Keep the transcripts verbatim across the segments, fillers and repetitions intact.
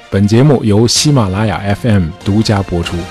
本节目由喜马拉雅 F M 独家播出。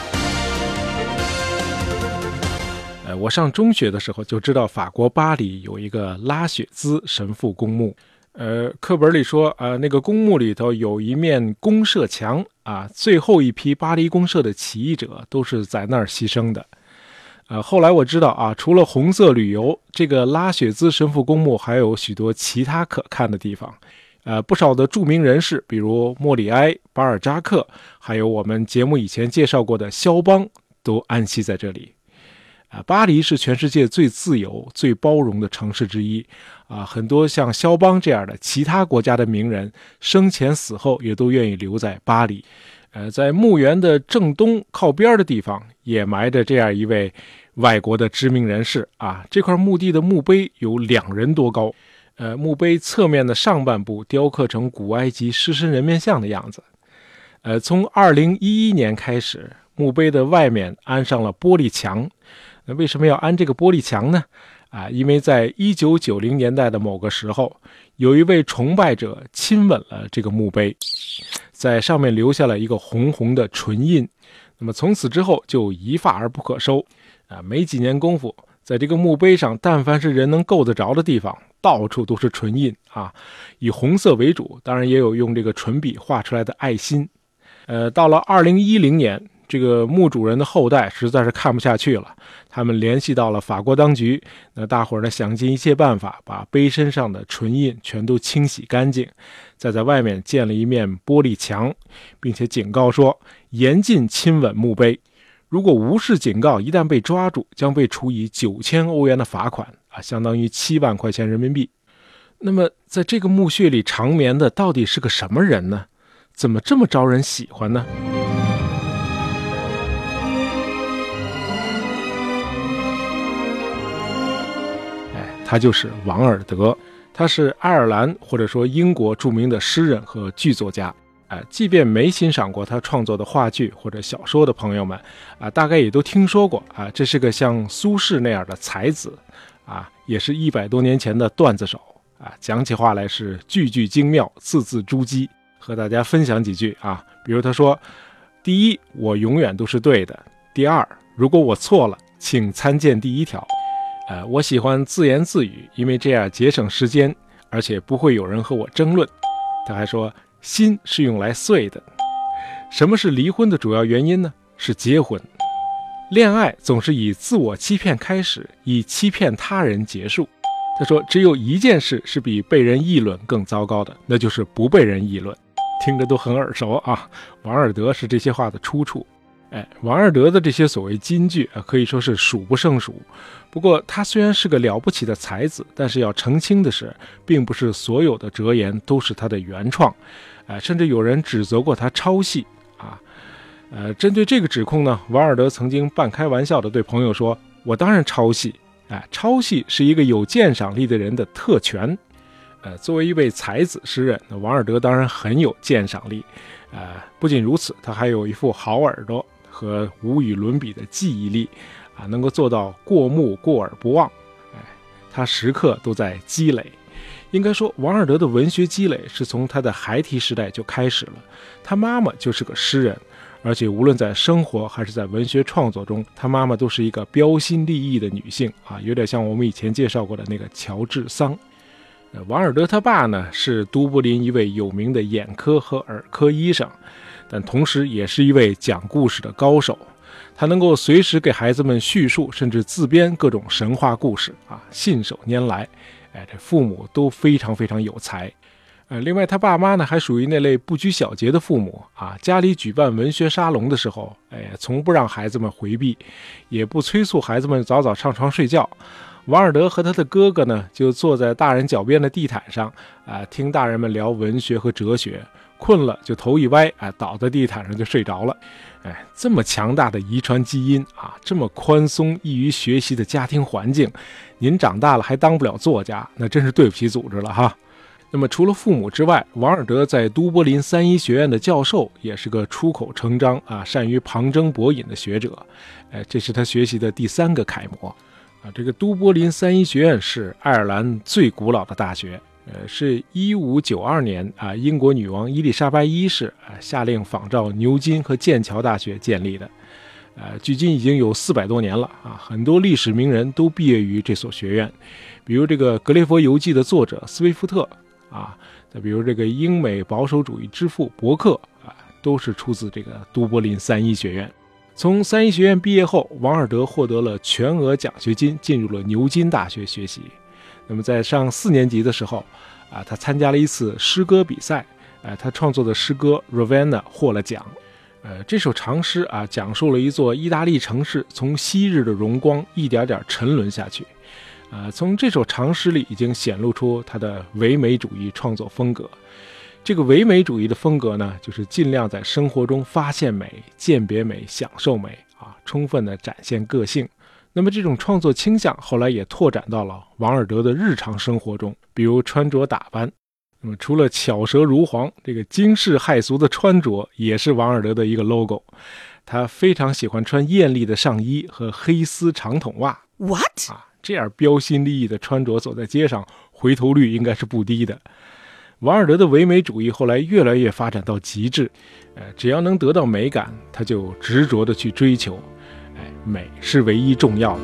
呃，我上中学的时候就知道法国巴黎有一个拉雪兹神父公墓。呃，课本里说，呃，那个公墓里头有一面公社墙啊，最后一批巴黎公社的起义者都是在那儿牺牲的。呃，后来我知道啊，除了红色旅游，这个拉雪兹神父公墓还有许多其他可看的地方。呃，不少的著名人士，比如莫里埃、巴尔扎克，还有我们节目以前介绍过的肖邦，都安息在这里。啊，巴黎是全世界最自由、最包容的城市之一。啊，很多像肖邦这样的其他国家的名人，生前死后也都愿意留在巴黎。呃，在墓园的正东靠边的地方，也埋着这样一位外国的知名人士。啊，这块墓地的墓碑有两人多高。呃，墓碑侧面的上半部雕刻成古埃及狮身人面像的样子。呃，从二零一一年开始，墓碑的外面安上了玻璃墙。那为什么要安这个玻璃墙呢？啊，因为在一九九零年代的某个时候，有一位崇拜者亲吻了这个墓碑，在上面留下了一个红红的唇印。那么从此之后就一发而不可收。啊，没几年功夫，在这个墓碑上，但凡是人能够得着的地方，到处都是唇印啊，以红色为主，当然也有用这个唇笔画出来的爱心。呃，到了二零一零年，这个墓主人的后代实在是看不下去了，他们联系到了法国当局，那大伙儿呢想尽一切办法，把碑身上的唇印全都清洗干净，再在外面建了一面玻璃墙，并且警告说，严禁亲吻墓碑。如果无视警告，一旦被抓住，将被处以九千欧元的罚款啊，相当于七万块钱人民币。那么，在这个墓穴里长眠的到底是个什么人呢？怎么这么招人喜欢呢？哎，他就是王尔德，他是爱尔兰或者说英国著名的诗人和剧作家。啊，即便没欣赏过他创作的话剧或者小说的朋友们，啊，大概也都听说过啊，这是个像苏轼那样的才子，啊，也是一百多年前的段子手，啊，讲起话来是句句精妙，字字珠玑。和大家分享几句啊，比如他说：第一，我永远都是对的；第二，如果我错了，请参见第一条。呃，我喜欢自言自语，因为这样节省时间，而且不会有人和我争论。他还说，心是用来碎的。什么是离婚的主要原因呢？是结婚。恋爱总是以自我欺骗开始，以欺骗他人结束。他说，只有一件事是比被人议论更糟糕的，那就是不被人议论。听着都很耳熟啊，王尔德是这些话的出处。哎，王尔德的这些所谓金句啊，可以说是数不胜数。不过他虽然是个了不起的才子，但是要澄清的是，并不是所有的哲言都是他的原创，呃，甚至有人指责过他抄袭啊。呃，针对这个指控呢，王尔德曾经半开玩笑的对朋友说：“我当然抄袭，哎，抄袭是一个有鉴赏力的人的特权。”呃，作为一位才子诗人，那王尔德当然很有鉴赏力。呃，不仅如此，他还有一副好耳朵和无与伦比的记忆力啊，能够做到过目过耳不忘。哎，他时刻都在积累。应该说，王尔德的文学积累是从他的孩提时代就开始了。他妈妈就是个诗人，而且无论在生活还是在文学创作中，他妈妈都是一个标新立异的女性啊，有点像我们以前介绍过的那个乔治桑。王尔德他爸呢是都柏林一位有名的眼科和耳科医生，但同时也是一位讲故事的高手。他能够随时给孩子们叙述甚至自编各种神话故事啊，信手拈来。哎，这父母都非常非常有才。呃，另外他爸妈呢还属于那类不拘小节的父母啊，家里举办文学沙龙的时候，哎，从不让孩子们回避，也不催促孩子们早早上床睡觉。王尔德和他的哥哥呢，就坐在大人脚边的地毯上啊、呃，听大人们聊文学和哲学，困了就头一歪啊、呃，倒在地毯上就睡着了。哎，这么强大的遗传基因啊，这么宽松易于学习的家庭环境，您长大了还当不了作家，那真是对不起组织了哈。那么除了父母之外，王尔德在都柏林三一学院的教授也是个出口成章啊，善于旁征博引的学者。哎，这是他学习的第三个楷模。啊，这个都柏林三一学院是爱尔兰最古老的大学， 呃，是一五九二年啊，英国女王伊丽莎白一世啊下令仿照牛津和剑桥大学建立的。呃，距今已经有四百多年了啊，很多历史名人都毕业于这所学院，比如这个《格雷佛游记》的作者斯威夫特啊，再比如这个英美保守主义之父伯克啊，都是出自这个都柏林三一学院。从三一学院毕业后，王尔德获得了全额奖学金，进入了牛津大学学习。那么在上四年级的时候啊，他参加了一次诗歌比赛，呃，他创作的诗歌《Ravenna》获了奖。呃，这首长诗啊，讲述了一座意大利城市从昔日的荣光一点点沉沦下去。呃，从这首长诗里已经显露出他的唯美主义创作风格。这个唯美主义的风格呢，就是尽量在生活中发现美、鉴别美、享受美啊，充分的展现个性。那么这种创作倾向后来也拓展到了王尔德的日常生活中，比如穿着打扮。那么除了巧舌如簧，这个惊世骇俗的穿着也是王尔德的一个 logo。他非常喜欢穿艳丽的上衣和黑丝长筒袜。 What？ 啊，这样标新立异的穿着走在街上，回头率应该是不低的。王尔德的唯美主义后来越来越发展到极致，呃，只要能得到美感，他就执着的去追求。哎，美是唯一重要的。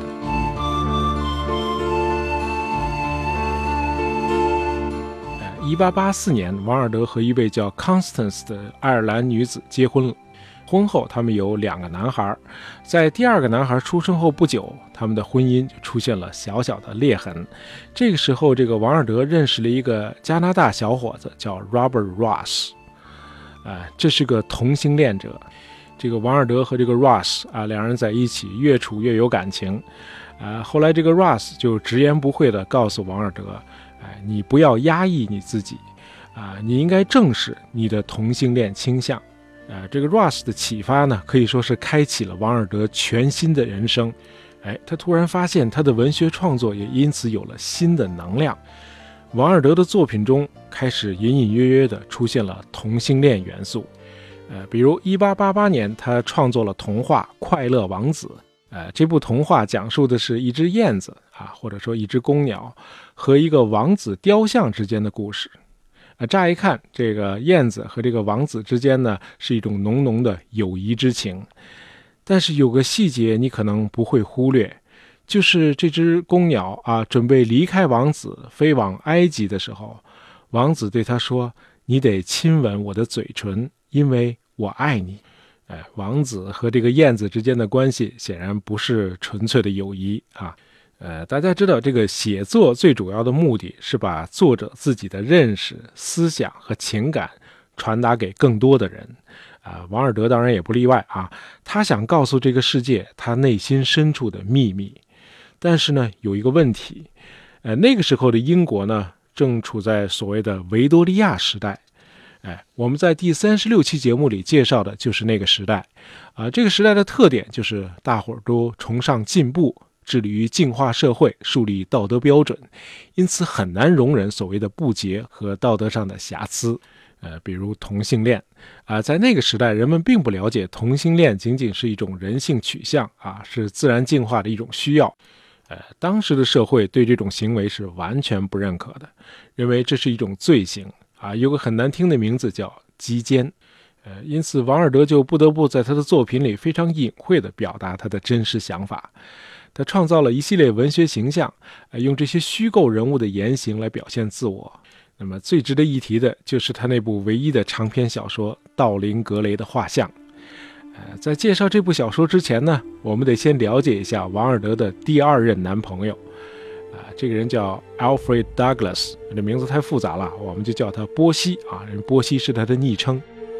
一八八四年，王尔德和一位叫 Constance 的爱尔兰女子结婚了。婚后，他们有两个男孩。在第二个男孩出生后不久，他们的婚姻就出现了小小的裂痕。这个时候，这个王尔德认识了一个加拿大小伙子，叫 Robert Ross。啊，这是个同性恋者。这个王尔德和这个 Ross 啊，两人在一起越处越有感情。啊，后来这个 Ross 就直言不讳地告诉王尔德。哎，你不要压抑你自己，啊，你应该正视你的同性恋倾向。啊，这个 Ross 的启发呢，可以说是开启了王尔德全新的人生。哎，他突然发现他的文学创作也因此有了新的能量。王尔德的作品中开始隐隐约约地出现了同性恋元素。呃，比如一八八八年，他创作了童话《快乐王子》。呃，这部童话讲述的是一只燕子啊，或者说一只公鸟和一个王子雕像之间的故事。呃，乍一看，这个燕子和这个王子之间呢，是一种浓浓的友谊之情。但是有个细节你可能不会忽略，就是这只公鸟啊，准备离开王子飞往埃及的时候，王子对他说：“你得亲吻我的嘴唇，因为我爱你。”哎，王子和这个燕子之间的关系显然不是纯粹的友谊啊。呃，大家知道，这个写作最主要的目的是把作者自己的认识、思想和情感传达给更多的人啊。王尔德当然也不例外啊，他想告诉这个世界他内心深处的秘密。但是呢，有一个问题，呃，那个时候的英国呢，正处在所谓的维多利亚时代。哎，我们在第三十六期节目里介绍的就是那个时代，啊，这个时代的特点就是大伙儿都崇尚进步，致力于净化社会，树立道德标准，因此很难容忍所谓的不洁和道德上的瑕疵。呃，比如同性恋，啊，在那个时代，人们并不了解同性恋仅仅是一种人性取向啊，是自然进化的一种需要。呃，当时的社会对这种行为是完全不认可的，认为这是一种罪行。啊，有个很难听的名字叫鸡奸，呃，因此王尔德就不得不在他的作品里非常隐晦地表达他的真实想法。他创造了一系列文学形象，呃，用这些虚构人物的言行来表现自我。那么最值得一提的就是他那部唯一的长篇小说《道林格雷的画像》。呃，在介绍这部小说之前呢，我们得先了解一下王尔德的第二任男朋友。啊，这个人叫 Alfred Douglas， 这名字太复杂了，我们就叫他波西啊，人波西是他的昵称。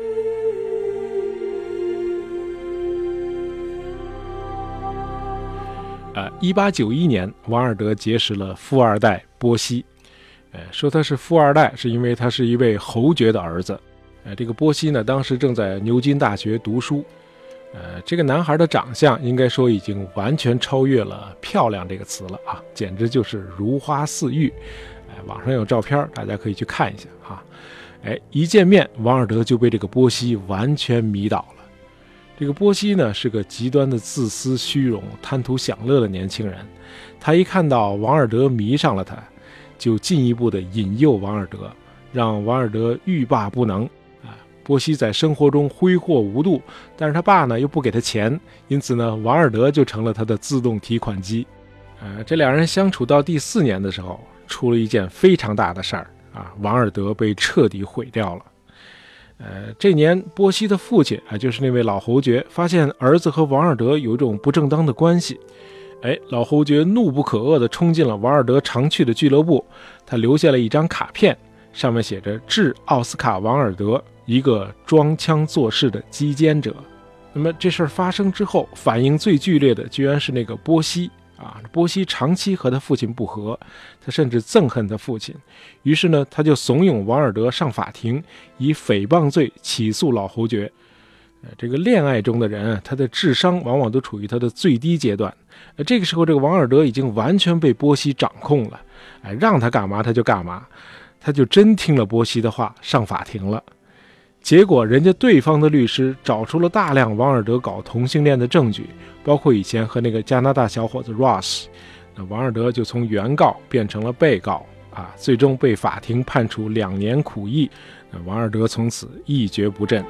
呃，一八九一年，王尔德结识了富二代波西。呃，说他是富二代，是因为他是一位侯爵的儿子。呃，这个波西呢，当时正在牛津大学读书。呃，这个男孩的长相应该说已经完全超越了漂亮这个词了啊，简直就是如花似玉。哎，网上有照片，大家可以去看一下啊。哎，一见面，王尔德就被这个波西完全迷倒了。这个波西呢，是个极端的自私、虚荣、贪图享乐的年轻人。他一看到王尔德迷上了他， 就进一步的引诱王尔德，让王尔德欲罢不能。波西在生活中挥霍无度，但是他爸呢又不给他钱，因此呢，王尔德就成了他的自动提款机。呃，这两人相处到第四年的时候，出了一件非常大的事儿啊，王尔德被彻底毁掉了。呃，这年波西的父亲啊，就是那位老侯爵，发现儿子和王尔德有一种不正当的关系。哎，老侯爵怒不可遏地冲进了王尔德常去的俱乐部，他留下了一张卡片，上面写着致奥斯卡·王尔德，一个装腔作势的击奸者。那么这事儿发生之后，反应最剧烈的居然是那个波西啊！波西长期和他父亲不和，他甚至憎恨他父亲。于是呢，他就怂恿王尔德上法庭，以诽谤罪起诉老侯爵。呃，这个恋爱中的人，他的智商往往都处于他的最低阶段。呃，这个时候，这个王尔德已经完全被波西掌控了，哎，让他干嘛他就干嘛，他就真听了波西的话，上法庭了。结果人家对方的律师找出了大量王尔德搞同性恋的证据，包括以前和那个加拿大小伙子 Ross， 那王尔德就从原告变成了被告啊，最终被法庭判处两年苦役，那王尔德从此一蹶不振。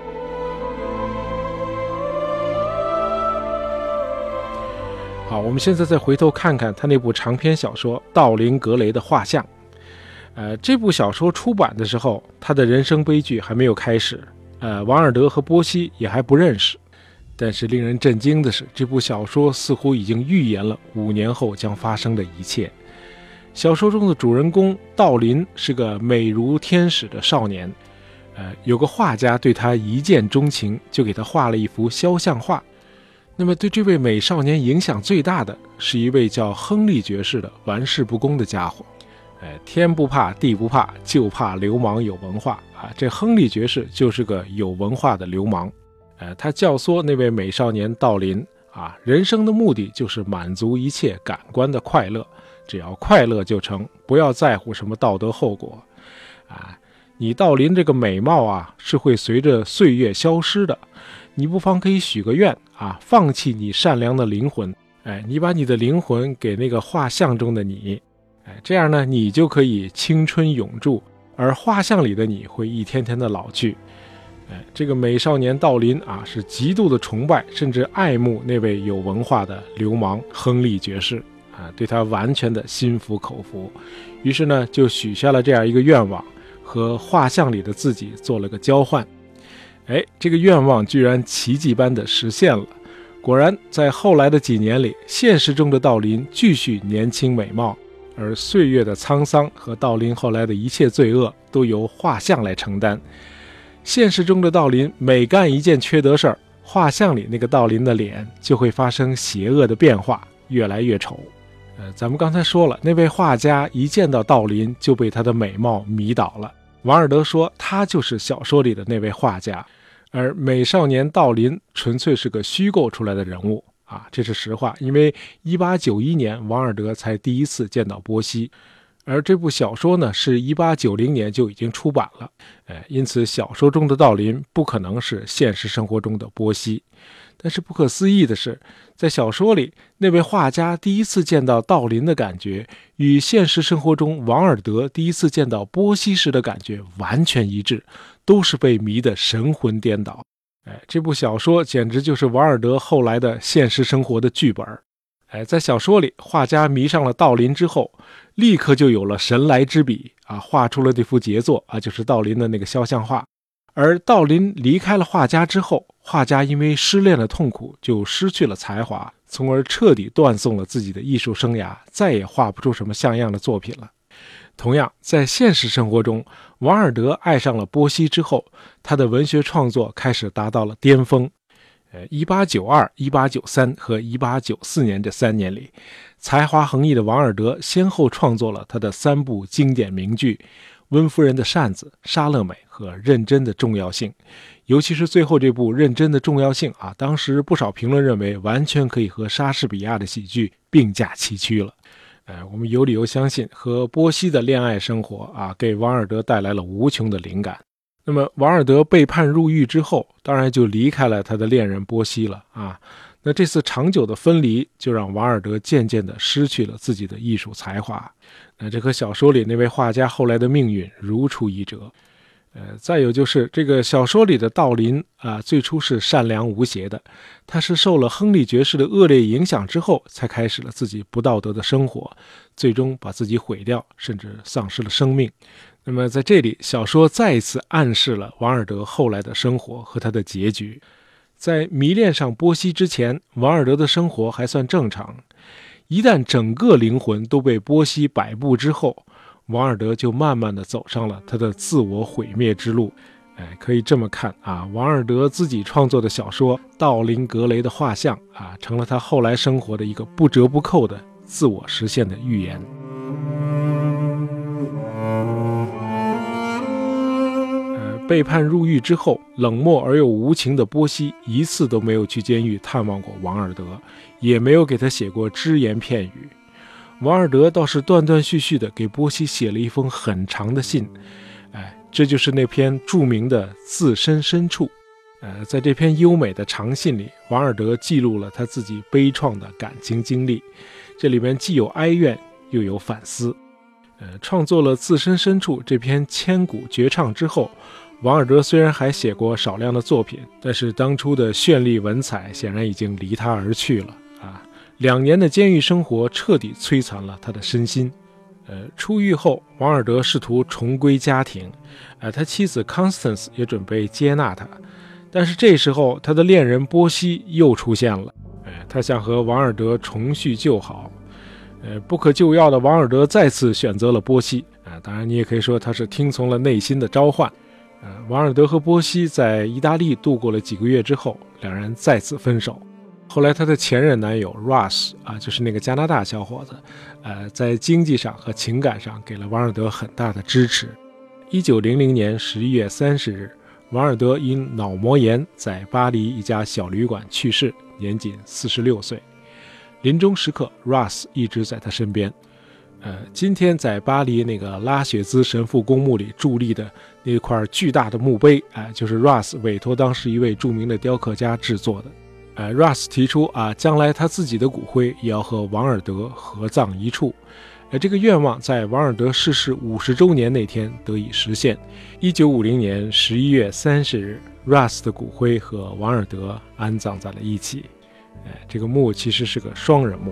好，我们现在再回头看看他那部长篇小说《道林格雷的画像》。呃，这部小说出版的时候，他的人生悲剧还没有开始，呃，王尔德和波西也还不认识。但是令人震惊的是，这部小说似乎已经预言了五年后将发生的一切。小说中的主人公道林是个美如天使的少年，呃，有个画家对他一见钟情，就给他画了一幅肖像画。那么对这位美少年影响最大的是一位叫亨利爵士的玩世不恭的家伙。哎，天不怕地不怕，就怕流氓有文化啊！这亨利爵士就是个有文化的流氓。呃，他教唆那位美少年道林啊，人生的目的就是满足一切感官的快乐，只要快乐就成，不要在乎什么道德后果。啊，你道林这个美貌啊，是会随着岁月消失的，你不妨可以许个愿啊，放弃你善良的灵魂，哎，你把你的灵魂给那个画像中的你。哎，这样呢，你就可以青春永驻，而画像里的你会一天天的老去。哎，这个美少年道林啊，是极度的崇拜甚至爱慕那位有文化的流氓亨利爵士啊，对他完全的心服口服。于是呢，就许下了这样一个愿望，和画像里的自己做了个交换。哎，这个愿望居然奇迹般的实现了。果然，在后来的几年里，现实中的道林继续年轻美貌。而岁月的沧桑和道林后来的一切罪恶都由画像来承担。现实中的道林每干一件缺德事儿，画像里那个道林的脸就会发生邪恶的变化，越来越丑。呃，咱们刚才说了，那位画家一见到道林就被他的美貌迷倒了。王尔德说他就是小说里的那位画家，而美少年道林纯粹是个虚构出来的人物。啊，这是实话，因为一八九一年王尔德才第一次见到波西，而这部小说呢是一八九零年就已经出版了，哎，因此小说中的道林不可能是现实生活中的波西。但是不可思议的是，在小说里那位画家第一次见到道林的感觉，与现实生活中王尔德第一次见到波西时的感觉完全一致，都是被迷得神魂颠倒。哎，这部小说简直就是王尔德后来的现实生活的剧本。哎，在小说里，画家迷上了道林之后，立刻就有了神来之笔啊，画出了这幅杰作啊，就是道林的那个肖像画。而道林离开了画家之后，画家因为失恋的痛苦就失去了才华，从而彻底断送了自己的艺术生涯，再也画不出什么像样的作品了。同样，在现实生活中，王尔德爱上了波西之后，他的文学创作开始达到了巅峰。呃，一八九二、一八九三和一八九四年这三年里，才华横溢的王尔德先后创作了他的三部经典名剧《温夫人的扇子》、《莎乐美》和《认真的重要性》。尤其是最后这部《认真的重要性》啊，当时不少评论认为完全可以和莎士比亚的喜剧并驾齐驱了。呃，我们有理由相信，和波西的恋爱生活啊，给王尔德带来了无穷的灵感。那么，王尔德被判入狱之后，当然就离开了他的恋人波西了啊。 那这次长久的分离，就让王尔德渐渐地失去了自己的艺术才华。那这和小说里那位画家后来的命运如出一辙。呃，再有就是这个小说里的道林啊，最初是善良无邪的，他是受了亨利爵士的恶劣影响之后，才开始了自己不道德的生活，最终把自己毁掉，甚至丧失了生命。那么在这里，小说再一次暗示了王尔德后来的生活和他的结局。在迷恋上波西之前，王尔德的生活还算正常，一旦整个灵魂都被波西摆布之后，王尔德就慢慢地走上了他的自我毁灭之路。哎，可以这么看啊，王尔德自己创作的小说《道林格雷的画像》啊，成了他后来生活的一个不折不扣的自我实现的预言。呃，背叛入狱之后，冷漠而又无情的波西一次都没有去监狱探望过王尔德，也没有给他写过只言片语。王尔德倒是断断续续地给波西写了一封很长的信，哎，这就是那篇著名的《自身深处》。呃，在这篇优美的长信里，王尔德记录了他自己悲怆的感情经历，这里面既有哀怨，又有反思。呃，创作了《自身深处》这篇千古绝唱之后，王尔德虽然还写过少量的作品，但是当初的绚丽文采显然已经离他而去了啊。两年的监狱生活彻底摧残了他的身心。呃，出狱后，王尔德试图重归家庭，呃，他妻子 Constance 也准备接纳他，但是这时候他的恋人波西又出现了，呃，他想和王尔德重叙旧好。呃，不可救药的王尔德再次选择了波西，啊、呃，当然你也可以说他是听从了内心的召唤。呃，王尔德和波西在意大利度过了几个月之后，两人再次分手。后来他的前任男友 Ross 啊，就是那个加拿大小伙子，呃，在经济上和情感上给了王尔德很大的支持。一九零零年十一月三十日，王尔德因脑膜炎在巴黎一家小旅馆去世，年仅四十六岁。临终时刻 ，Ross 一直在他身边。呃，今天在巴黎那个拉雪兹神父公墓里伫立的那块巨大的墓碑，哎、呃，就是 Ross 委托当时一位著名的雕刻家制作的。呃 ，Ross 提出啊，将来他自己的骨灰也要和王尔德合葬一处。呃，这个愿望在王尔德逝世五十周年那天得以实现。一九五零年十一月三十日 ，Ross 的骨灰和王尔德安葬在了一起。呃，这个墓其实是个双人墓。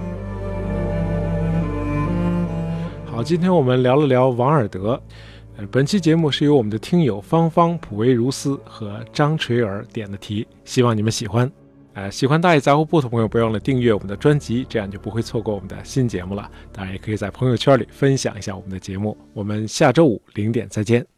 好，今天我们聊了聊王尔德。呃，本期节目是由我们的听友芳芳、普维如斯和张垂儿点的题，希望你们喜欢。呃，喜欢大爷杂货铺的朋友，不要忘了订阅我们的专辑，这样就不会错过我们的新节目了。当然，也可以在朋友圈里分享一下我们的节目。我们下周五零点再见。